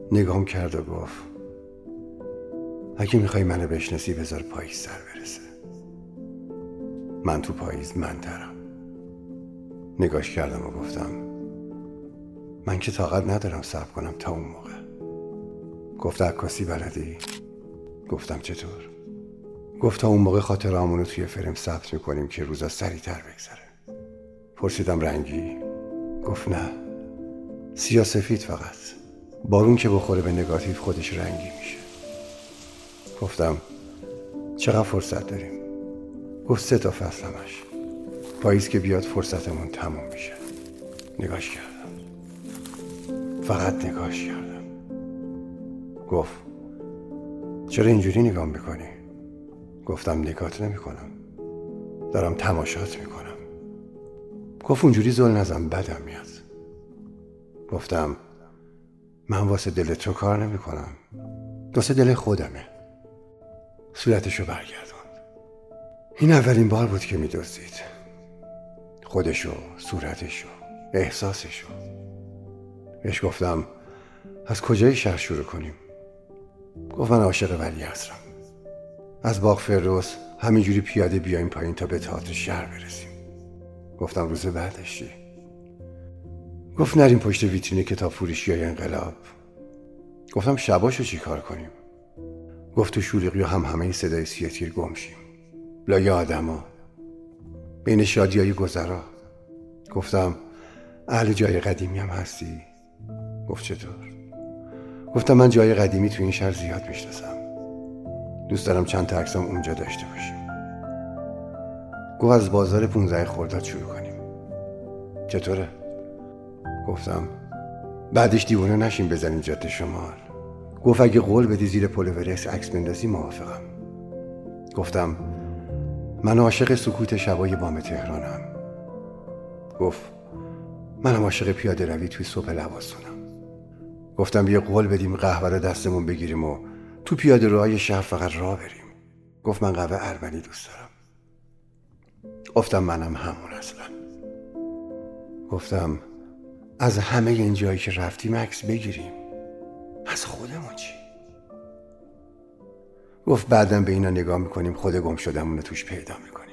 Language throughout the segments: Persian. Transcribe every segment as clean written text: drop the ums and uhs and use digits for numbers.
نگام کرد و گفت اگه میخوای منو بشناسی بذار پاییز سر برسه. من تو پاییز منترم. نگاش کردم و گفتم من که طاقت ندارم صبر کنم تا اون موقع. گفت عکاسی بلدی؟ گفتم چطور؟ گفت تا اون موقع خاطرهامونو توی فریم ثبت میکنیم که روزا سریعتر بگذره. پرسیدم رنگی؟ گفت نه، سیاه سفید فقط. بارون که بخوره به نگاتیو خودش رنگی میشه. گفتم چقدر فرصت داریم؟ گفت 3 تا فصل همش. پاییز که بیاد فرصتمون تموم میشه. نگاش کردم، فقط نگاش کردم. گفت چرا اینجوری نگاه میکنی؟ گفتم نگات نمیکنم، دارم تماشات میکنم. گفت اونجوری زل نزن بدم میاد. گفتم من واسه دل تو کار نمیکنم، واسه دل خودمه. صورتشو برگردوند. این اولین بار بود که میدزدید خودشو، صورتشو، احساسشو. بهش گفتم از کجای شهر شروع کنیم؟ گفت من عاشق ولیعصرم. از باغ فردوس همینجوری پیاده بیایم پایین تا به تئاتر شهر برسیم. گفتم روز بعدش چی؟ گفت نریم پشت ویترین کتاب فروشی‌های انقلاب. گفتم شباشو چی کار کنیم؟ گفت تو شوریقی و همه صدای سیاتیر گم شیم، لای آدما، بین شادیای گذرا. گفتم اهل جای قدیمی هم هستی؟ گفت چطور؟ گفتم من جای قدیمی تو این شهر زیاد میشناسم، دوست دارم چند تا عکسم اونجا داشته باشیم. گفت از بازار 15 خرداد شروع کنیم. چطوره؟ گفتم بعدش دیوونه نشیم بزنیم جاده شمال. گفت اگه قول بدی زیر پل اورست عکس بندازی موافقم. گفتم من عاشق سکوت شبای بام تهرانم. گفت منم عاشق پیاده روی توی صبح لواسونم. گفتم بیا قول بدیم قهوه رو دستمون بگیریم و تو پیاده روهای شهر فقط راه بریم. گفت من قهوه ارمنی دوست دارم. گفتم منم همون اصلا. گفتم از همه این جایی که رفتیم عکس بگیریم، از خودمون چی؟ گفت بعدم به اینا نگاه میکنیم خود گم شدمون رو توش پیدا میکنیم.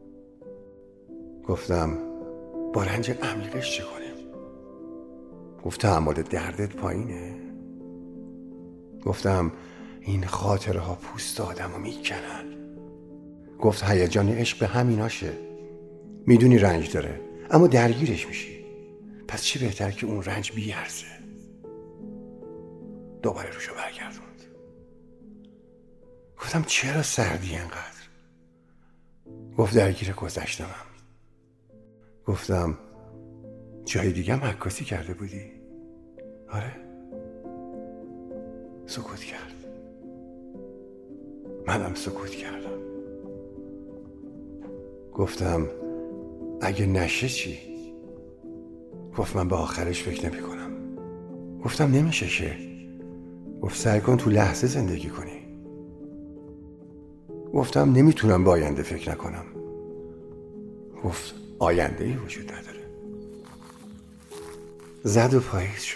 گفتم با رنج عمیقش چه کنیم؟ گفت تحمل دردت پایینه. گفتم این خاطره ها پوست آدم رو میکنن. گفت هیجان عشق به همیناشه، میدونی رنج داره اما درگیرش میشی، پس چی بهتر که اون رنج بیارزه. دوباره روشو برگردوند. گفتم چرا سردی انقدر؟ گفت درگیر گذشتمم. گفتم جای دیگه هم عکاسی کرده بودی؟ آره. سکوت کرد. منم سکوت کردم. گفتم اگه نشه چی؟ گفت من به آخرش فکر نمی کنم. گفتم نمیشه که. گفت سعی کن تو لحظه زندگی کنی. گفتم نمیتونم به آینده فکر نکنم. گفت آینده‌ای وجود نداره. زد و پاییز شد.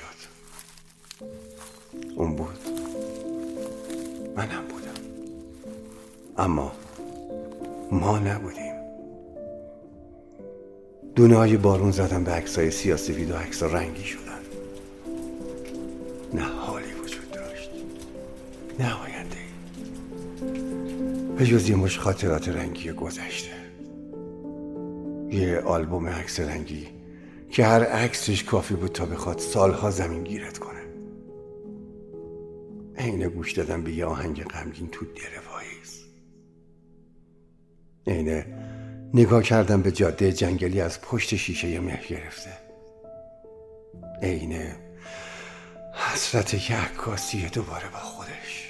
اون بود، منم بودم، اما ما نبودیم. دونه‌های بارون زدن به عکسای سیاه‌سفید و عکس‌ها رنگی شدن. نه حالی وجود داشت، نه آینده‌ای، به جز یه مش خاطرات رنگی گذشته. یه آلبوم عکس رنگی که هر عکسش کافی بود تا بخواد سالها زمین گیرت کنه. عین گوش دادن به یه آهنگ غمگین تو دل پاییز. عین نگاه کردم به جاده جنگلی از پشت شیشه مه گرفته. عین حسرت که عکاسی دوباره با خودش.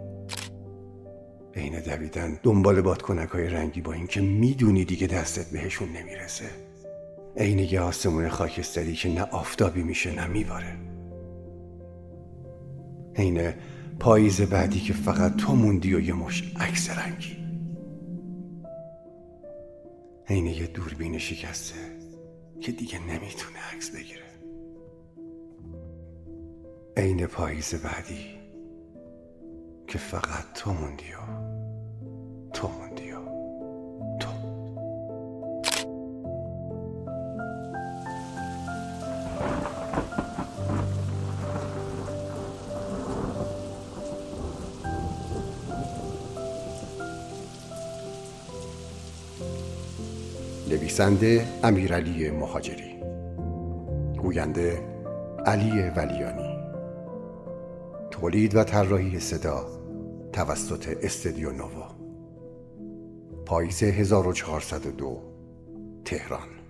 عین دویدن دنبال بادکنک‌های رنگی با این که میدونی دیگه دستت بهشون نمیرسه. عین یه آسمون خاکستری که نه آفتابی میشه نه میباره. عین پاییز بعدی که فقط تو موندی و یه مش عکس رنگی. عین یه دوربین شکسته که دیگه نمیتونه عکس بگیره. عین پاییز بعدی که فقط تو موندی و تو موندی و تو. نویسنده امیرعلی مهاجری، گوینده علی ولیانی، تولید و طراحی صدا توسط استودیو نووا، پاییز 1402 تهران.